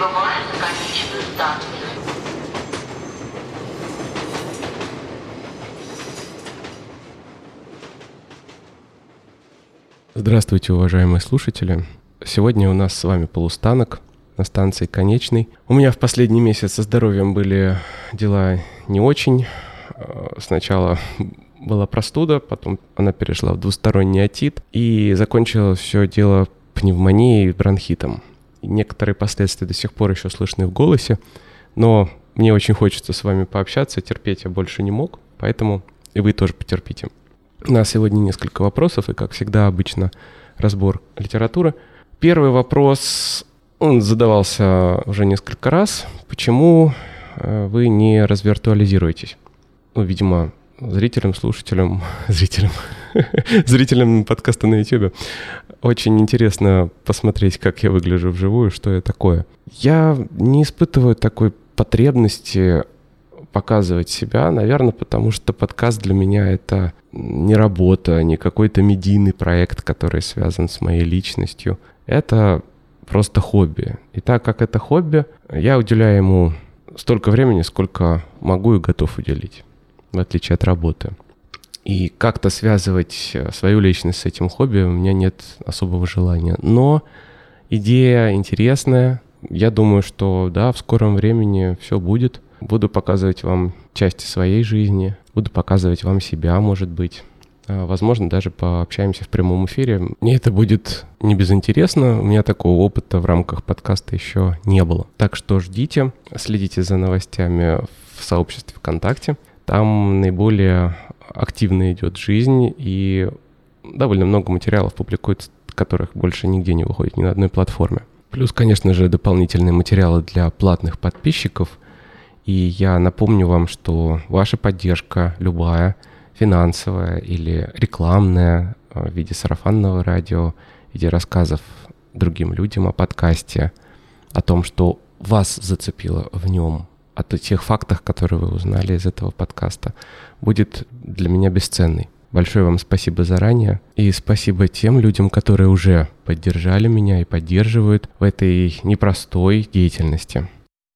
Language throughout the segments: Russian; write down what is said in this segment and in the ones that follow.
Прибываем на конечную станцию. Здравствуйте, уважаемые слушатели. Сегодня у нас с вами полустанок на станции Конечной. У меня в последний месяц со здоровьем были дела не очень. Сначала была простуда, потом она перешла в двусторонний отит, и закончилось все дело пневмонией и бронхитом. И некоторые последствия до сих пор еще слышны в голосе, но мне очень хочется с вами пообщаться, терпеть я больше не мог, поэтому и вы тоже потерпите. У нас сегодня несколько вопросов, и, как всегда, обычно разбор литературы. Первый вопрос, он задавался уже несколько раз. Почему вы не развиртуализируетесь? Видимо, зрителям подкаста на YouTube очень интересно посмотреть, как я выгляжу вживую, что я такое. Я не испытываю такой потребности показывать себя, наверное, потому что подкаст для меня — это не работа, не какой-то медийный проект, который связан с моей личностью. Это просто хобби. И так как это хобби, я уделяю ему столько времени, сколько могу и готов уделить, в отличие от работы. И как-то связывать свою личность с этим хобби у меня нет особого желания. Но идея интересная. Я думаю, что да, в скором времени все будет. Буду показывать вам части своей жизни, буду показывать вам себя, может быть. Возможно, даже пообщаемся в прямом эфире. Мне это будет не безинтересно, у меня такого опыта в рамках подкаста еще не было. Так что ждите, следите за новостями в сообществе ВКонтакте. Там наиболее активно идет жизнь, и довольно много материалов публикуется, которых больше нигде не выходит, ни на одной платформе. Плюс, конечно же, дополнительные материалы для платных подписчиков. И я напомню вам, что ваша поддержка, любая, финансовая или рекламная, в виде сарафанного радио, в виде рассказов другим людям о подкасте, о том, что вас зацепило в нем, о тех фактах, которые вы узнали из этого подкаста, будет для меня бесценной. Большое вам спасибо заранее. И спасибо тем людям, которые уже поддержали меня и поддерживают в этой непростой деятельности.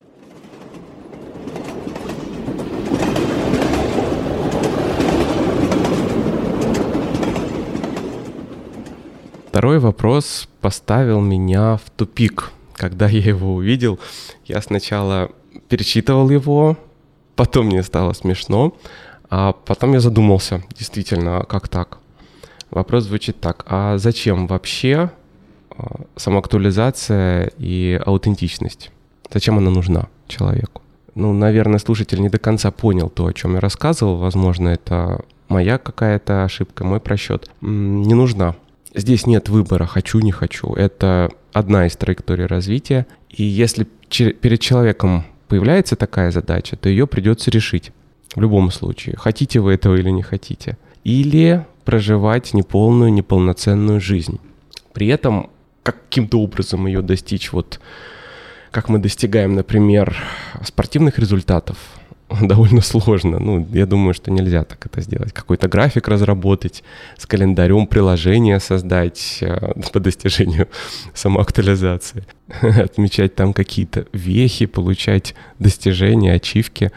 Второй вопрос поставил меня в тупик. Когда я его увидел, я сначала перечитывал его, потом мне стало смешно, а потом я задумался, действительно, как так? Вопрос звучит так: а зачем вообще самоактуализация и аутентичность? Зачем она нужна человеку? Наверное, слушатель не до конца понял то, о чем я рассказывал. Возможно, это моя какая-то ошибка, мой просчет. Не нужна. Здесь нет выбора «хочу, не хочу». Это одна из траекторий развития. И если перед человеком появляется такая задача, то ее придется решить. В любом случае. Хотите вы этого или не хотите. Или проживать неполную, неполноценную жизнь. При этом каким-то образом ее достичь, как мы достигаем, например, спортивных результатов, довольно сложно. Я думаю, что нельзя так это сделать. Какой-то график разработать, с календарем приложение создать по достижению самоактуализации, отмечать там какие-то вехи, получать достижения, ачивки.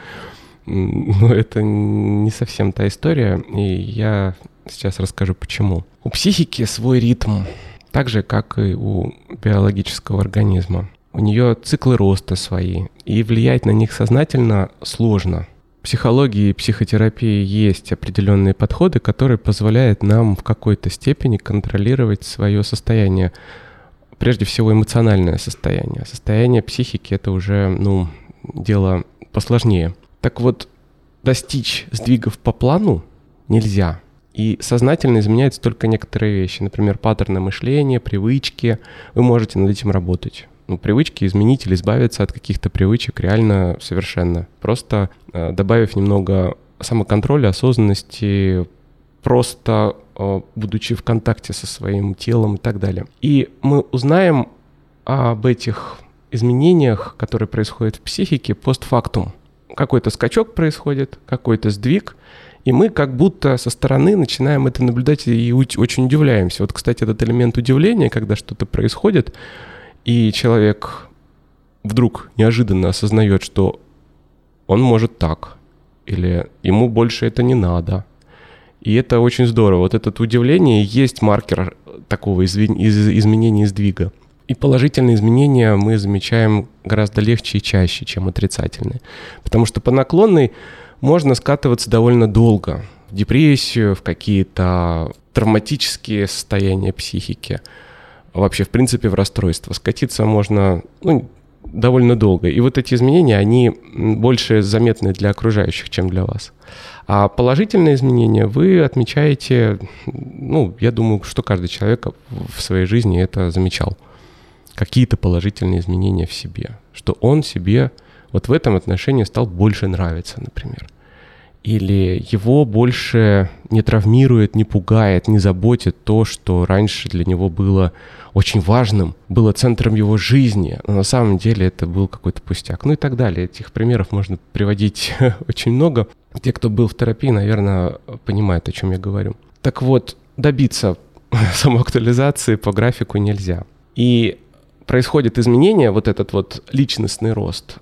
Это не совсем та история, и я сейчас расскажу, почему. У психики свой ритм, так же, как и у биологического организма. У нее циклы роста свои, и влиять на них сознательно сложно. В психологии и психотерапии есть определенные подходы, которые позволяют нам в какой-то степени контролировать свое состояние. Прежде всего, эмоциональное состояние. Состояние психики — это уже, дело посложнее. Так вот, достичь сдвигов по плану нельзя. И сознательно изменяются только некоторые вещи. Например, паттерны мышления, привычки. Вы можете над этим работать. Привычки изменить или избавиться от каких-то привычек реально совершенно. Просто добавив немного самоконтроля, осознанности, просто будучи в контакте со своим телом и так далее. И мы узнаем об этих изменениях, которые происходят в психике, постфактум. Какой-то скачок происходит, какой-то сдвиг, и мы как будто со стороны начинаем это наблюдать и очень удивляемся. Кстати, этот элемент удивления, когда что-то происходит, и человек вдруг неожиданно осознает, что он может так, или ему больше это не надо. И это очень здорово. Вот это удивление есть маркер такого изменения и сдвига. И положительные изменения мы замечаем гораздо легче и чаще, чем отрицательные. Потому что по наклонной можно скатываться довольно долго. В депрессию, в какие-то травматические состояния психики. Вообще, в принципе, в расстройство. Скатиться можно довольно долго. И вот эти изменения, они больше заметны для окружающих, чем для вас. А положительные изменения вы отмечаете, я думаю, что каждый человек в своей жизни это замечал. Какие-то положительные изменения в себе. Что он себе вот в этом отношении стал больше нравиться, например. Или его больше не травмирует, не пугает, не заботит то, что раньше для него было очень важным, было центром его жизни, но на самом деле это был какой-то пустяк. И так далее. Этих примеров можно приводить очень много. Те, кто был в терапии, наверное, понимают, о чем я говорю. Так вот, добиться самоактуализации по графику нельзя. И происходит изменение, вот этот вот личностный рост.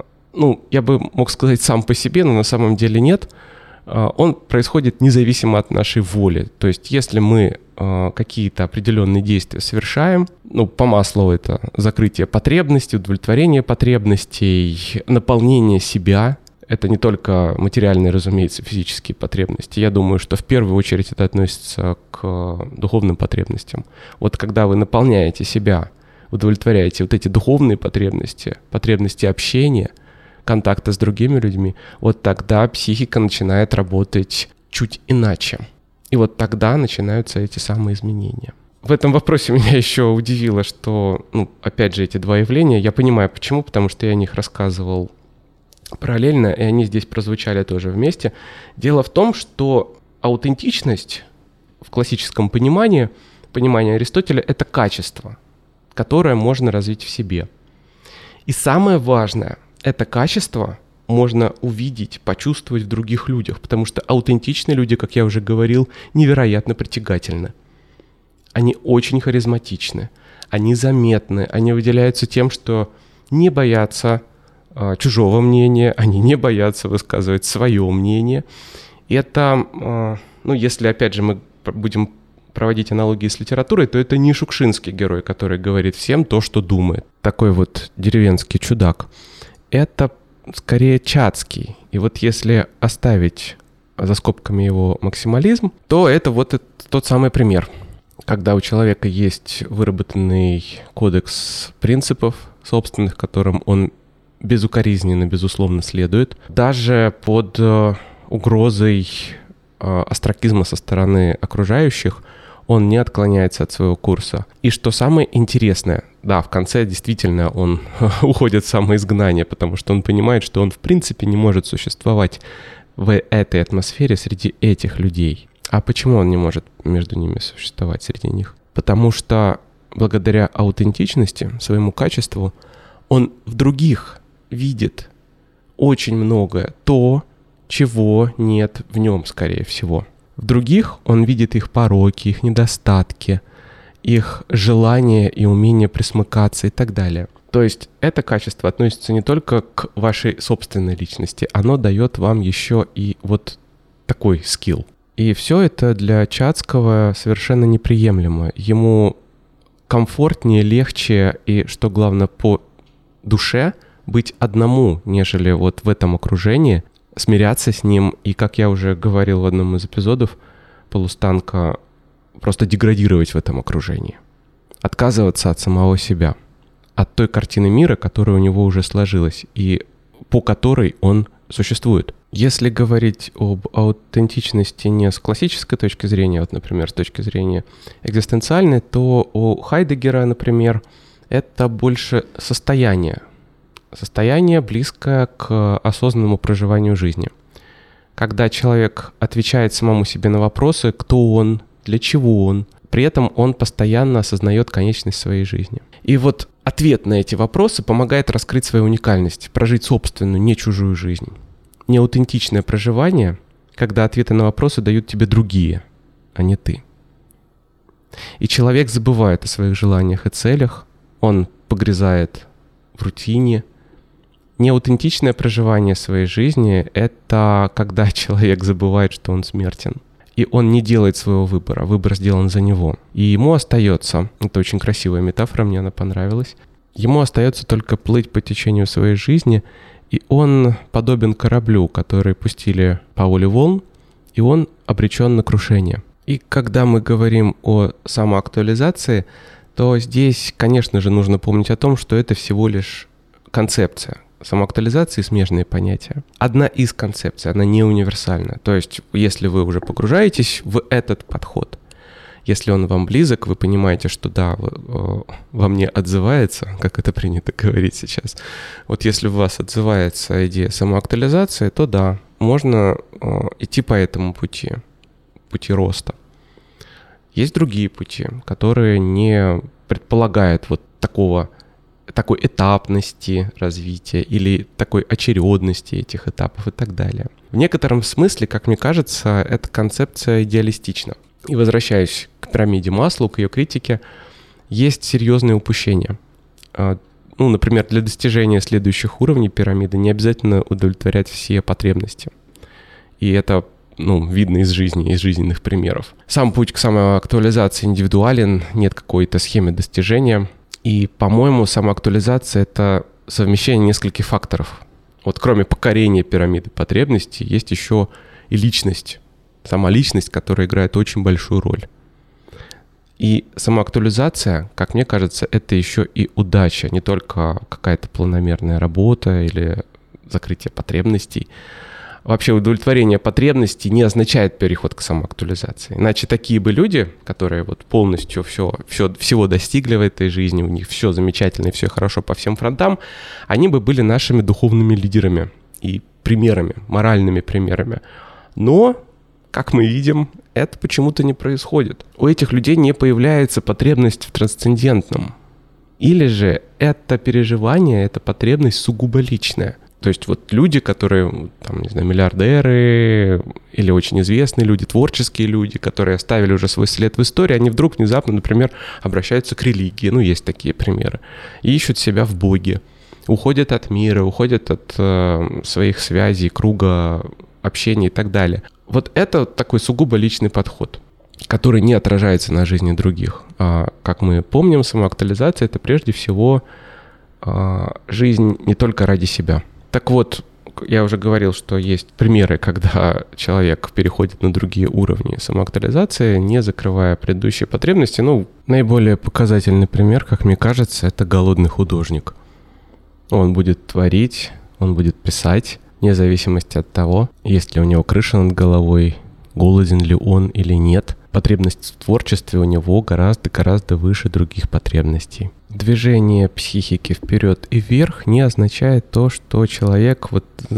Я бы мог сказать сам по себе, но на самом деле нет. Он происходит независимо от нашей воли. То есть если мы какие-то определенные действия совершаем, по маслу это закрытие потребностей, удовлетворение потребностей, наполнение себя. Это не только материальные, разумеется, физические потребности. Я думаю, что в первую очередь это относится к духовным потребностям. Вот когда вы наполняете себя, удовлетворяете вот эти духовные потребности, потребности общения, контакта с другими людьми, вот тогда психика начинает работать чуть иначе. И вот тогда начинаются эти самые изменения. В этом вопросе меня еще удивило, что, опять же, эти два явления, я понимаю почему, потому что я о них рассказывал параллельно, и они здесь прозвучали тоже вместе. Дело в том, что аутентичность в классическом понимании Аристотеля, это качество, которое можно развить в себе. И самое важное, это качество можно увидеть, почувствовать в других людях, потому что аутентичные люди, как я уже говорил, невероятно притягательны. Они очень харизматичны, они заметны, они выделяются тем, что не боятся чужого мнения, они не боятся высказывать свое мнение. И это, если, опять же, мы будем проводить аналогии с литературой, то это не Шукшинский герой, который говорит всем то, что думает. Такой вот деревенский чудак. Это скорее Чацкий. И вот если оставить за скобками его максимализм, то это вот тот самый пример. Когда у человека есть выработанный кодекс принципов собственных, которым он безукоризненно, безусловно, следует, даже под угрозой остракизма со стороны окружающих, он не отклоняется от своего курса. И что самое интересное, да, в конце действительно он уходит в самоизгнание, потому что он понимает, что он в принципе не может существовать в этой атмосфере среди этих людей. А почему он не может между ними существовать среди них? Потому что благодаря аутентичности, своему качеству, он в других видит очень многое, то, чего нет в нем, скорее всего. В других он видит их пороки, их недостатки, их желание и умение присмыкаться и так далее. То есть это качество относится не только к вашей собственной личности, оно дает вам еще и вот такой скилл. И все это для Чацкого совершенно неприемлемо. Ему комфортнее, легче и, что главное, по душе быть одному, нежели вот в этом окружении, смиряться с ним и, как я уже говорил в одном из эпизодов «Полустанка», просто деградировать в этом окружении. Отказываться от самого себя, от той картины мира, которая у него уже сложилась и по которой он существует. Если говорить об аутентичности не с классической точки зрения, вот, например, с точки зрения экзистенциальной, то у Хайдеггера, например, это больше состояние. Состояние, близкое к осознанному проживанию жизни. Когда человек отвечает самому себе на вопросы, кто он, для чего он, при этом он постоянно осознает конечность своей жизни. И вот ответ на эти вопросы помогает раскрыть свою уникальность, прожить собственную, не чужую жизнь. Неаутентичное проживание, когда ответы на вопросы дают тебе другие, а не ты. И человек забывает о своих желаниях и целях, он погрязает в рутине. Неаутентичное проживание своей жизни — это когда человек забывает, что он смертен. И он не делает своего выбора, выбор сделан за него. И ему остается, это очень красивая метафора, мне она понравилась, ему остается только плыть по течению своей жизни, и он подобен кораблю, который пустили по воле волн, и он обречен на крушение. И когда мы говорим о самоактуализации, то здесь, конечно же, нужно помнить о том, что это всего лишь концепция. Самоактуализации — смежные понятия. Одна из концепций, она не универсальна. То есть, если вы уже погружаетесь в этот подход, если он вам близок, вы понимаете, что да, во мне отзывается, как это принято говорить сейчас. Вот если у вас отзывается идея самоактуализации, то да, можно идти по этому пути роста. Есть другие пути, которые не предполагают вот такой этапности развития или такой очередности этих этапов и так далее. В некотором смысле, как мне кажется, эта концепция идеалистична. И возвращаясь к пирамиде Маслоу, к ее критике, есть серьезные упущения. Например, для достижения следующих уровней пирамиды не обязательно удовлетворять все потребности. И это видно из жизни, из жизненных примеров. Сам путь к самоактуализации индивидуален, нет какой-то схемы достижения. И, по-моему, самоактуализация — это совмещение нескольких факторов. Вот кроме покорения пирамиды потребностей, есть еще и личность. Сама личность, которая играет очень большую роль. И самоактуализация, как мне кажется, это еще и удача, не только какая-то планомерная работа или закрытие потребностей. Вообще удовлетворение потребностей не означает переход к самоактуализации. Иначе такие бы люди, которые вот полностью всего достигли в этой жизни, у них все замечательно и все хорошо по всем фронтам, они бы были нашими духовными лидерами и примерами, моральными примерами. Но, как мы видим, это почему-то не происходит. У этих людей не появляется потребность в трансцендентном. Или же это переживание, эта потребность сугубо личная. То есть вот люди, которые, миллиардеры или очень известные люди, творческие люди, которые оставили уже свой след в истории, они вдруг внезапно, например, обращаются к религии, есть такие примеры, и ищут себя в Боге, уходят от мира, уходят от своих связей, круга общения и так далее. Вот это такой сугубо личный подход, который не отражается на жизни других. Как мы помним, самоактуализация — это прежде всего жизнь не только ради себя. Так вот, я уже говорил, что есть примеры, когда человек переходит на другие уровни самоактуализации, не закрывая предыдущие потребности. Наиболее показательный пример, как мне кажется, это голодный художник. Он будет творить, он будет писать, вне зависимости от того, есть ли у него крыша над головой, голоден ли он или нет. Потребность в творчестве у него гораздо выше других потребностей. Движение психики вперед и вверх не означает то, что человек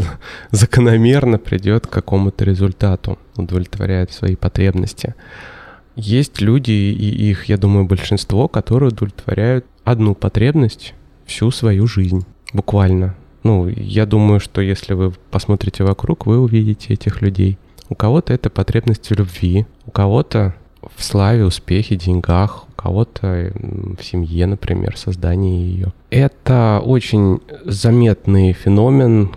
закономерно придет к какому-то результату, удовлетворяет свои потребности. Есть люди, и их, я думаю, большинство, которые удовлетворяют одну потребность всю свою жизнь, буквально. Я думаю, что если вы посмотрите вокруг, вы увидите этих людей. У кого-то это потребность в любви, у кого-то в славе, успехе, деньгах, у кого-то в семье, например, создании ее. Это очень заметный феномен,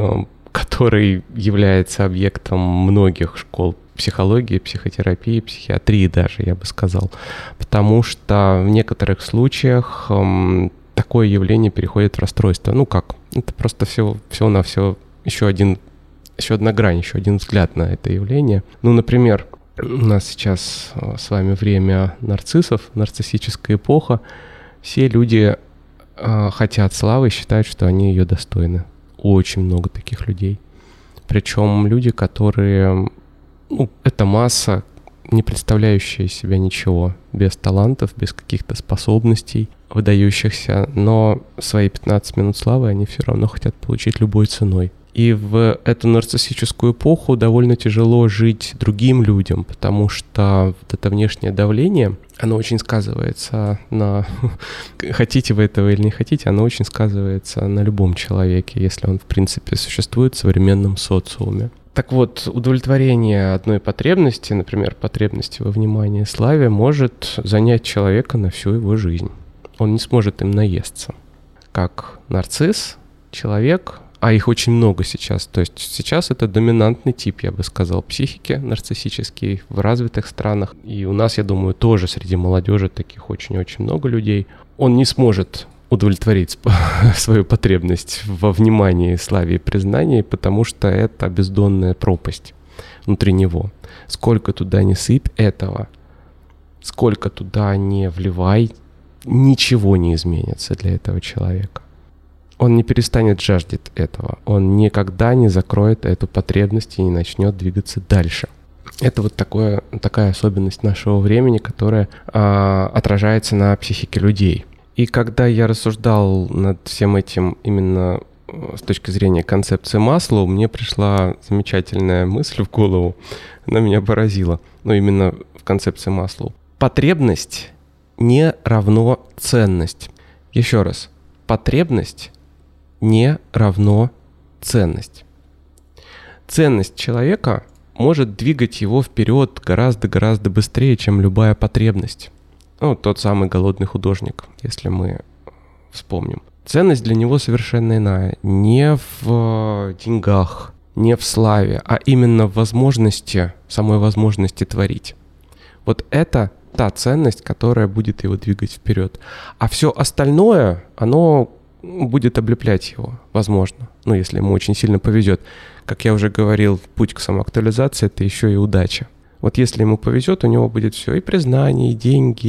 который является объектом многих школ психологии, психотерапии, психиатрии даже, я бы сказал. Потому что в некоторых случаях такое явление переходит в расстройство. Это просто всего-навсего еще одна грань, еще один взгляд на это явление. Например, у нас сейчас с вами время нарциссов, нарциссическая эпоха. Все люди хотят славы и считают, что они ее достойны. Очень много таких людей. Причем люди, которые... это масса, не представляющая из себя ничего, без талантов, без каких-то способностей выдающихся, но свои 15 минут славы они все равно хотят получить любой ценой. И в эту нарциссическую эпоху довольно тяжело жить другим людям, потому что вот это внешнее давление, оно очень сказывается на... хотите вы этого или не хотите, оно очень сказывается на любом человеке, если он, в принципе, существует в современном социуме. Так вот, удовлетворение одной потребности, например, потребности во внимании и славе, может занять человека на всю его жизнь. Он не сможет им наесться. как нарцисс, человек, а их очень много сейчас. То есть сейчас это доминантный тип, я бы сказал, психики нарциссический в развитых странах. И у нас, я думаю, тоже среди молодежи таких очень-очень много людей. Он не сможет удовлетворить свою потребность во внимании, славе и признании, потому что это бездонная пропасть внутри него. Сколько туда не сыпь этого, сколько туда не вливай, ничего не изменится для этого человека. Он не перестанет жаждать этого. Он никогда не закроет эту потребность и не начнет двигаться дальше. Это вот такая особенность нашего времени, которая отражается на психике людей. И когда я рассуждал над всем этим именно с точки зрения концепции Маслоу, мне пришла замечательная мысль в голову. Она меня поразила. Именно в концепции Маслоу. Потребность не равно ценность. Еще раз. Потребность не равно ценность. Ценность человека может двигать его вперед гораздо-гораздо быстрее, чем любая потребность. Тот самый голодный художник, если мы вспомним. Ценность для него совершенно иная. Не в деньгах, не в славе, а именно в возможности, самой возможности творить. Вот это та ценность, которая будет его двигать вперед. А все остальное, оно будет облеплять его, возможно. Если ему очень сильно повезет. Как я уже говорил, путь к самоактуализации — это еще и удача. Вот если ему повезет, у него будет все: и признание, и деньги,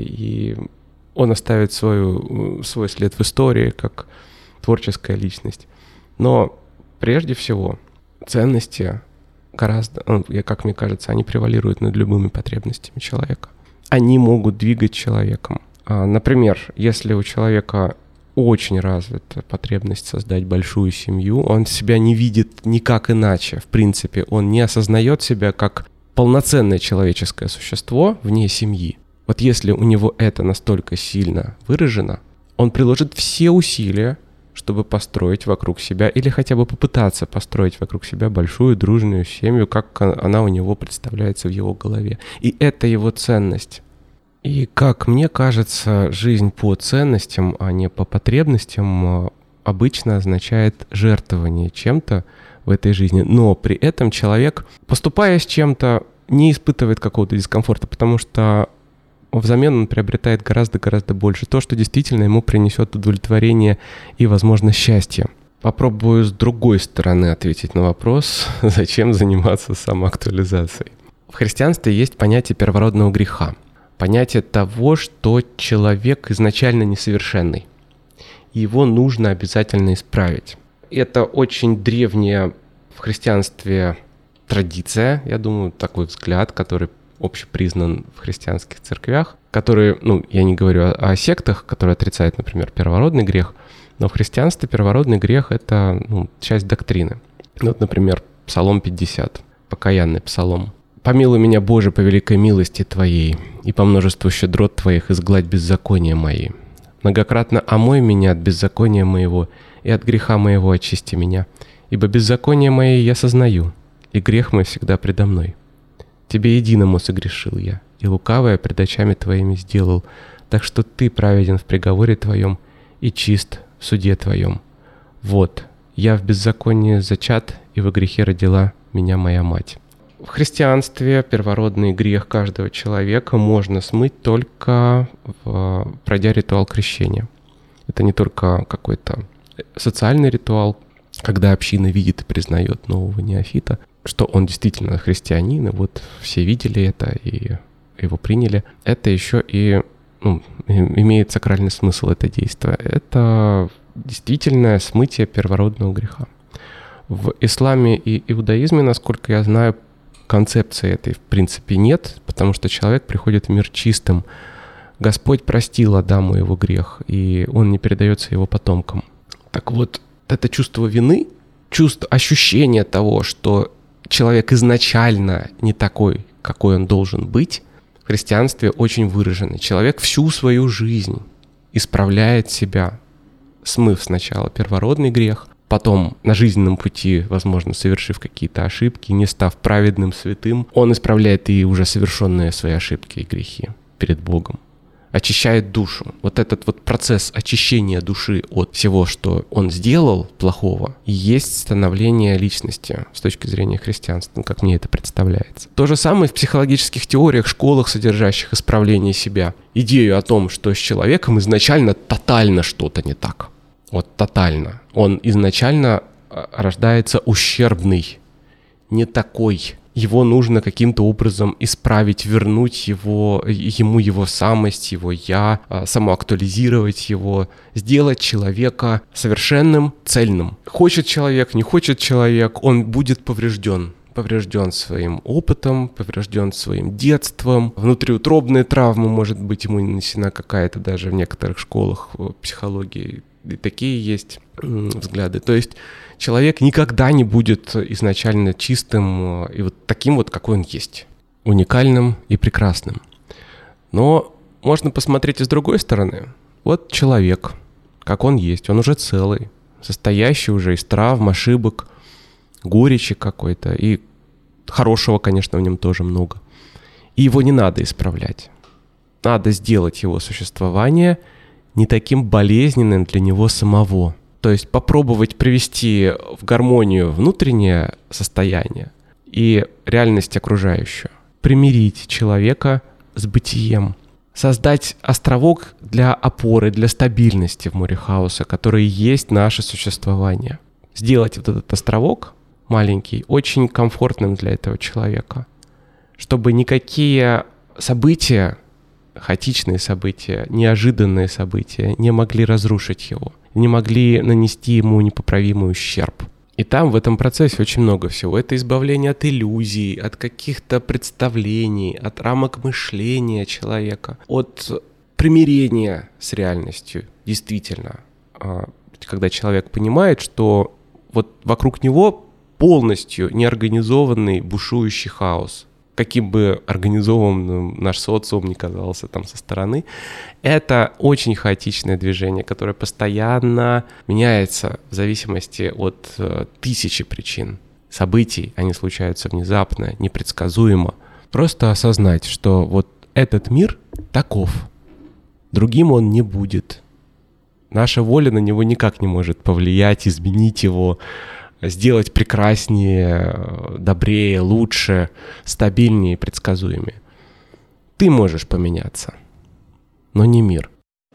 и он оставит свой след в истории как творческая личность. Но прежде всего ценности гораздо, как мне кажется, они превалируют над любыми потребностями человека. Они могут двигать человеком. Например, если у человека очень развита потребность создать большую семью, он себя не видит никак иначе. В принципе, он не осознает себя как полноценное человеческое существо вне семьи. Вот если у него это настолько сильно выражено, он приложит все усилия, чтобы построить вокруг себя или хотя бы попытаться построить вокруг себя большую дружную семью, как она у него представляется в его голове. И это его ценность. И, как мне кажется, жизнь по ценностям, а не по потребностям, обычно означает жертвование чем-то в этой жизни. Но при этом человек, поступая с чем-то, не испытывает какого-то дискомфорта, потому что взамен он приобретает гораздо-гораздо больше. То, что действительно ему принесет удовлетворение и, возможно, счастье. Попробую с другой стороны ответить на вопрос, зачем заниматься самоактуализацией. В христианстве есть понятие первородного греха. Понятие того, что человек изначально несовершенный. Его нужно обязательно исправить. Это очень древняя в христианстве традиция, я думаю, такой взгляд, который общепризнан в христианских церквях, которые, я не говорю о сектах, которые отрицают, например, первородный грех, но в христианстве первородный грех — это часть доктрины. Например, Псалом 50, покаянный псалом. «Помилуй меня, Боже, по великой милости Твоей, и по множеству щедрот Твоих изгладь беззакония мои. Многократно омой меня от беззакония моего, и от греха моего очисти меня. Ибо беззаконие мое я сознаю, и грех мой всегда предо мной. Тебе единому согрешил я, и лукавое пред очами Твоими сделал, так что Ты праведен в приговоре Твоем и чист в суде Твоем. Вот, я в беззаконии зачат, и во грехе родила меня моя мать». В христианстве первородный грех каждого человека можно смыть только пройдя ритуал крещения. Это не только какой-то социальный ритуал, когда община видит и признает нового неофита, что он действительно христианин, и вот все видели это и его приняли. Это еще и имеет сакральный смысл, это действие. Это действительное смытие первородного греха. В исламе и иудаизме, насколько я знаю, концепции этой в принципе нет, потому что человек приходит в мир чистым. Господь простил Адаму его грех, и он не передается его потомкам. Так вот, это чувство вины, ощущение того, что человек изначально не такой, какой он должен быть, в христианстве очень выражено. Человек всю свою жизнь исправляет себя, смыв сначала первородный грех, потом на жизненном пути, возможно, совершив какие-то ошибки, не став праведным, святым, он исправляет и уже совершенные свои ошибки и грехи перед Богом. очищает душу. Вот этот вот процесс очищения души от всего, что он сделал плохого, и есть становление личности с точки зрения христианства, как мне это представляется. То же самое в психологических теориях, школах, содержащих исправление себя. Идею о том, что с человеком изначально тотально что-то не так. Вот тотально. Он изначально рождается ущербный, не такой. Его нужно каким-то образом исправить, вернуть ему его самость, его «я», самоактуализировать его, сделать человека совершенным, цельным. Хочет человек, не хочет человек, он будет поврежден. Поврежден своим опытом, поврежден своим детством. Внутриутробные травмы, может быть, ему нанесена какая-то даже в некоторых школах психологии. И такие есть взгляды. То есть человек никогда не будет изначально чистым и вот таким вот, какой он есть. Уникальным и прекрасным. Но можно посмотреть и с другой стороны. Вот человек, как он есть, он уже целый, состоящий уже из травм, ошибок, горечи какой-то. И хорошего, конечно, в нем тоже много. И его не надо исправлять. Надо сделать его существование не таким болезненным для него самого. То есть попробовать привести в гармонию внутреннее состояние и реальность окружающую. Примирить человека с бытием. Создать островок для опоры, для стабильности в море хаоса, который есть наше существование. Сделать вот этот островок маленький очень комфортным для этого человека. Чтобы никакие события, хаотичные события, неожиданные события не могли разрушить его, не могли нанести ему непоправимый ущерб. И там в этом процессе очень много всего. Это избавление от иллюзий, от каких-то представлений, от рамок мышления человека, от примирения с реальностью. Действительно, когда человек понимает, что вот вокруг него полностью неорганизованный бушующий хаос, каким бы организованным наш социум ни казался там со стороны, это очень хаотичное движение, которое постоянно меняется в зависимости от тысячи причин. Событий, они случаются внезапно, непредсказуемо. Просто осознать, что вот этот мир таков, другим он не будет. Наша воля на него никак не может повлиять, изменить его, сделать прекраснее, добрее, лучше, стабильнее и предсказуемее. Ты можешь поменяться, но не мир.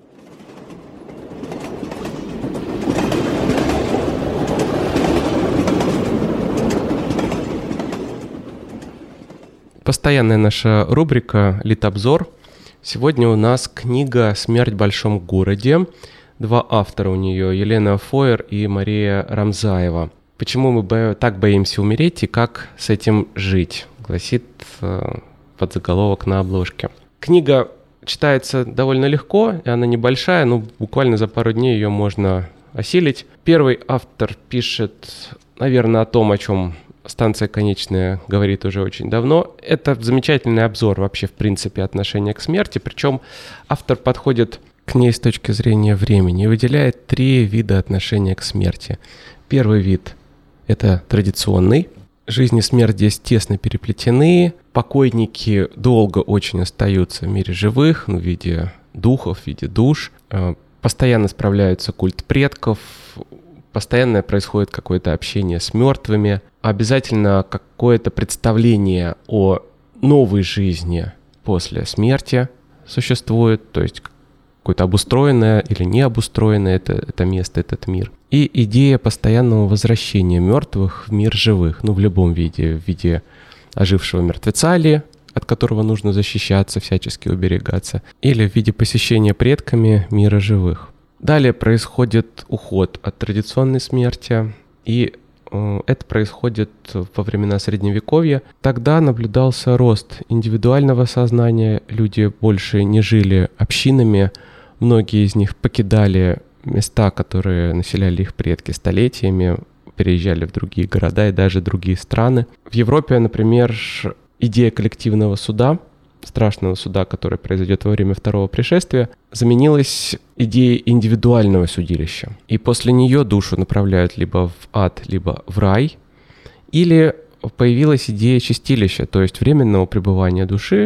Постоянная наша рубрика «Литобзор». Сегодня у нас книга «Смерть в большом городе». Два автора у нее, Елена Фойер и Мария Рамзаева. «Почему мы так боимся умереть и как с этим жить?» гласит подзаголовок на обложке. Книга читается довольно легко, и она небольшая, но буквально за пару дней ее можно осилить. Первый автор пишет, наверное, о том, о чем «Станция конечная» говорит уже очень давно. Это замечательный обзор вообще, в принципе, отношения к смерти, причем автор подходит к ней с точки зрения времени и выделяет 3 вида отношения к смерти. Первый вид — это традиционный. Жизнь и смерть здесь тесно переплетены. Покойники долго очень остаются в мире живых, в виде духов, в виде душ. Постоянно справляются культ предков, постоянно происходит какое-то общение с мертвыми. Обязательно какое-то представление о новой жизни после смерти существует, то есть какое-то обустроенное или не обустроенное это место, этот мир. И идея постоянного возвращения мертвых в мир живых, в любом виде, в виде ожившего мертвеца ли, от которого нужно защищаться, всячески уберегаться, или в виде посещения предками мира живых. Далее происходит уход от традиционной смерти, и это происходит во времена Средневековья. Тогда наблюдался рост индивидуального сознания, люди больше не жили общинами, многие из них покидали места, которые населяли их предки столетиями, переезжали в другие города и даже другие страны. В Европе, например, идея коллективного суда, страшного суда, который произойдет во время второго пришествия, заменилась идеей индивидуального судилища. И после нее душу направляют либо в ад, либо в рай. Или появилась идея чистилища, то есть временного пребывания души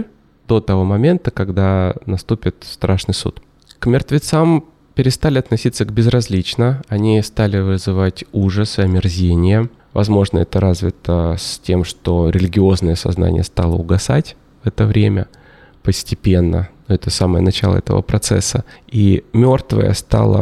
до того момента, когда наступит страшный суд. К мертвецам перестали относиться безразлично, они стали вызывать ужас и омерзение. Возможно, это развито с тем, что религиозное сознание стало угасать в это время постепенно. Это самое начало этого процесса. И мертвое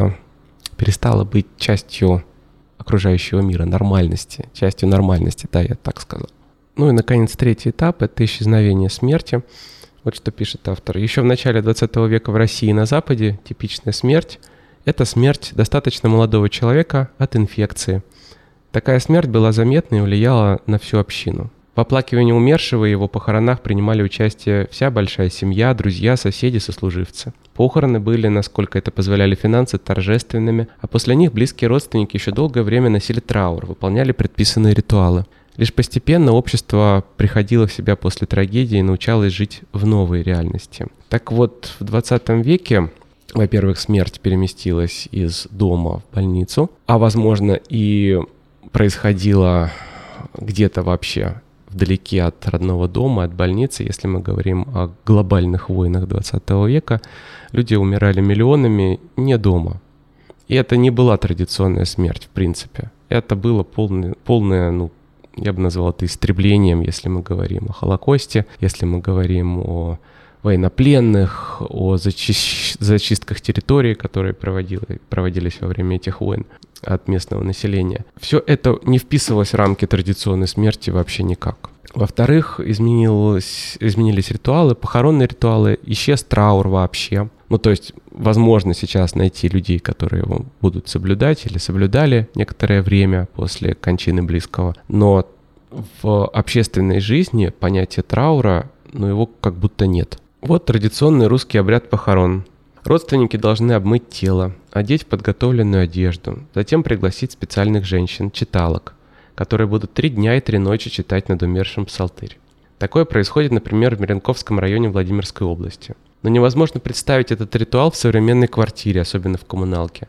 перестало быть частью окружающего мира, нормальности, частью нормальности, да, я так сказал. Ну и, наконец, третий этап — это исчезновение смерти. Вот что пишет автор. Еще в начале 20 века в России и на Западе типичная смерть — это смерть достаточно молодого человека от инфекции. Такая смерть была заметна и влияла на всю общину. В оплакивании умершего и его похоронах принимали участие вся большая семья, друзья, соседи, сослуживцы. Похороны были, насколько это позволяли финансы, торжественными, а после них близкие родственники еще долгое время носили траур, выполняли предписанные ритуалы. Лишь постепенно общество приходило в себя после трагедии и научалось жить в новой реальности. Так вот, в 20 веке, во-первых, смерть переместилась из дома в больницу, а возможно и происходило где-то вообще вдалеке от родного дома, от больницы. Если мы говорим о глобальных войнах 20 века, люди умирали миллионами не дома. И это не была традиционная смерть, в принципе. Это было полное, я бы назвал это истреблением, если мы говорим о Холокосте, если мы говорим о военнопленных, о зачистках территорий, которые проводились во время этих войн от местного населения. Все это не вписывалось в рамки традиционной смерти вообще никак. Во-вторых, изменились ритуалы, похоронные ритуалы, исчез траур вообще. То есть возможно сейчас найти людей, которые его будут соблюдать или соблюдали некоторое время после кончины близкого. Но в общественной жизни понятие траура, его как будто нет. Вот традиционный русский обряд похорон. Родственники должны обмыть тело, одеть в подготовленную одежду, затем пригласить специальных женщин, читалок, которые будут 3 дня и 3 ночи читать над умершим псалтырь. Такое происходит, например, в Меренковском районе Владимирской области. Но невозможно представить этот ритуал в современной квартире, особенно в коммуналке.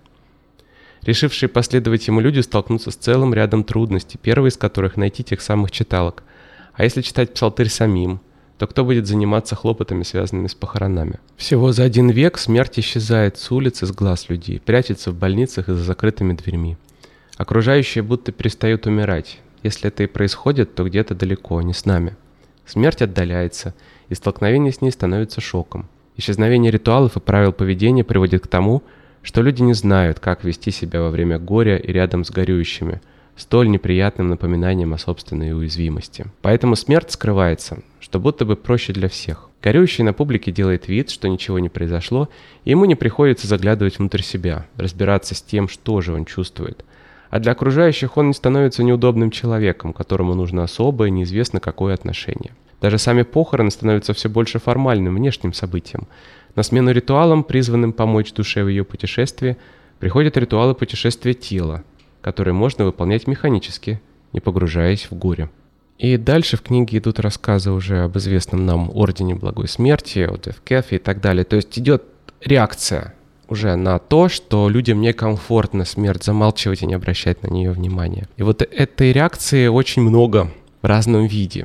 Решившие последовать ему люди столкнутся с целым рядом трудностей, первой из которых найти тех самых читалок. А если читать псалтырь самим, то кто будет заниматься хлопотами, связанными с похоронами? Всего за 1 век смерть исчезает с улиц, из глаз людей, прячется в больницах и за закрытыми дверьми. Окружающие будто перестают умирать. Если это и происходит, то где-то далеко, не с нами. Смерть отдаляется, и столкновение с ней становится шоком. Исчезновение ритуалов и правил поведения приводит к тому, что люди не знают, как вести себя во время горя и рядом с горюющими, столь неприятным напоминанием о собственной уязвимости. Поэтому смерть скрывается, что будто бы проще для всех. Горюющий на публике делает вид, что ничего не произошло, и ему не приходится заглядывать внутрь себя, разбираться с тем, что же он чувствует. А для окружающих он не становится неудобным человеком, которому нужно особое, неизвестно какое отношение. Даже сами похороны становятся все больше формальным, внешним событием. На смену ритуалам, призванным помочь душе в ее путешествии, приходят ритуалы путешествия тела, которые можно выполнять механически, не погружаясь в горе. И дальше в книге идут рассказы уже об известном нам Ордене Благой Смерти, о Дефкефе и так далее. То есть идет реакция уже на то, что людям некомфортно смерть замалчивать и не обращать на нее внимания. И вот этой реакции очень много в разном виде.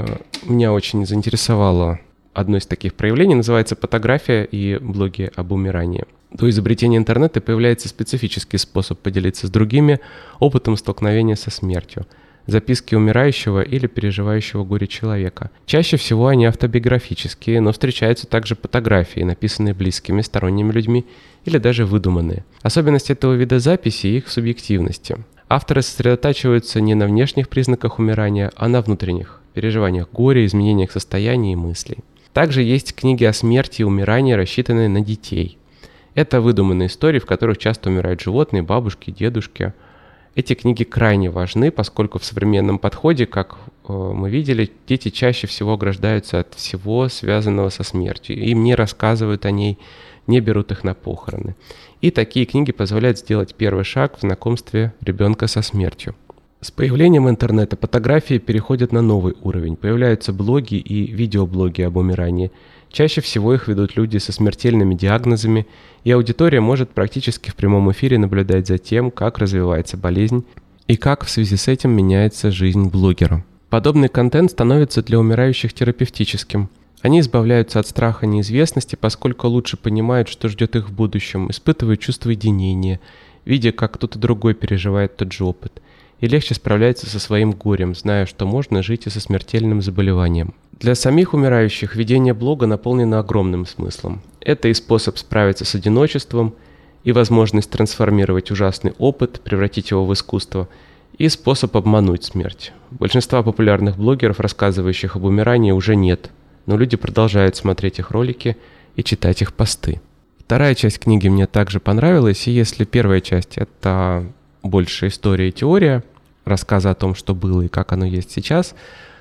Меня очень заинтересовало одно из таких проявлений, называется «Фотография и блоги об умирании». До изобретения интернета появляется специфический способ поделиться с другими опытом столкновения со смертью. Записки умирающего или переживающего горе человека. Чаще всего они автобиографические, но встречаются также фотографии, написанные близкими, сторонними людьми или даже выдуманные. Особенность этого вида записи и их субъективности. Авторы сосредотачиваются не на внешних признаках умирания, а на внутренних переживаниях горя, изменениях состояния и мыслей. Также есть книги о смерти и умирании, рассчитанные на детей. Это выдуманные истории, в которых часто умирают животные, бабушки, дедушки. Эти книги крайне важны, поскольку в современном подходе, как мы видели, дети чаще всего ограждаются от всего, связанного со смертью. Им не рассказывают о ней, не берут их на похороны. И такие книги позволяют сделать первый шаг в знакомстве ребенка со смертью. С появлением интернета фотографии переходят на новый уровень. Появляются блоги и видеоблоги об умирании. Чаще всего их ведут люди со смертельными диагнозами, и аудитория может практически в прямом эфире наблюдать за тем, как развивается болезнь и как в связи с этим меняется жизнь блогера. Подобный контент становится для умирающих терапевтическим. Они избавляются от страха неизвестности, поскольку лучше понимают, что ждет их в будущем, испытывают чувство единения, видя, как кто-то другой переживает тот же опыт, и легче справляются со своим горем, зная, что можно жить и со смертельным заболеванием. Для самих умирающих ведение блога наполнено огромным смыслом. Это и способ справиться с одиночеством, и возможность трансформировать ужасный опыт, превратить его в искусство, и способ обмануть смерть. Большинства популярных блогеров, рассказывающих об умирании, уже нет, но люди продолжают смотреть их ролики и читать их посты. Вторая часть книги мне также понравилась, и если первая часть — это больше история и теория, рассказы о том, что было и как оно есть сейчас,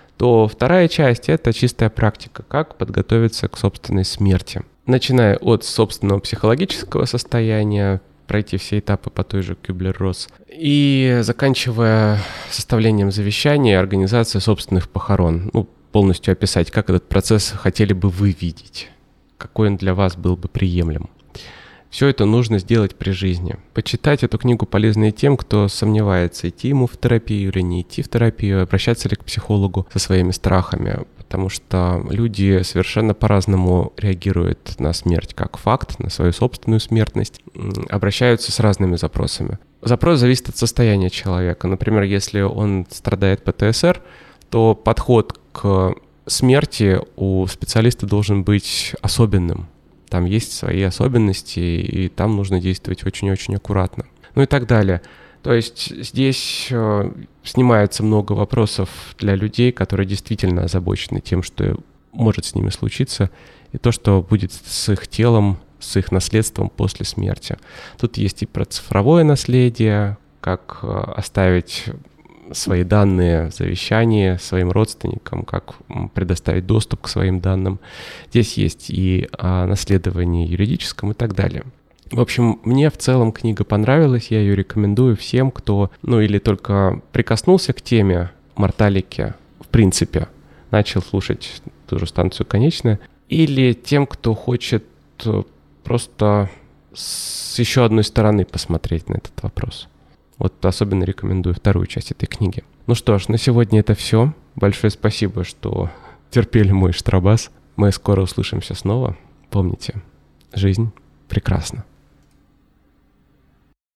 то вторая часть — это чистая практика, как подготовиться к собственной смерти. Начиная от собственного психологического состояния, пройти все этапы по той же Кюблер-Росс, и заканчивая составлением завещания и организацией собственных похорон. Полностью описать, как этот процесс хотели бы вы видеть, какой он для вас был бы приемлем. Все это нужно сделать при жизни. Почитать эту книгу полезно и тем, кто сомневается, идти ему в терапию или не идти в терапию, обращаться ли к психологу со своими страхами, потому что люди совершенно по-разному реагируют на смерть как факт, на свою собственную смертность, обращаются с разными запросами. Запрос зависит от состояния человека. Например, если он страдает ПТСР, то подход к смерти у специалиста должен быть особенным. Там есть свои особенности, и там нужно действовать очень-очень аккуратно. И так далее. То есть здесь снимается много вопросов для людей, которые действительно озабочены тем, что может с ними случиться, и то, что будет с их телом, с их наследством после смерти. Тут есть и про цифровое наследие, как оставить свои данные в завещании своим родственникам, как предоставить доступ к своим данным. Здесь есть и о наследовании юридическом и так далее. В общем, мне в целом книга понравилась, я ее рекомендую всем, кто, или только прикоснулся к теме морталики, в принципе, начал слушать ту же станцию «Конечная», или тем, кто хочет просто с еще одной стороны посмотреть на этот вопрос. Особенно рекомендую вторую часть этой книги. Ну что ж, на сегодня это все. Большое спасибо, что терпели мой штрабас. Мы скоро услышимся снова. Помните, жизнь прекрасна.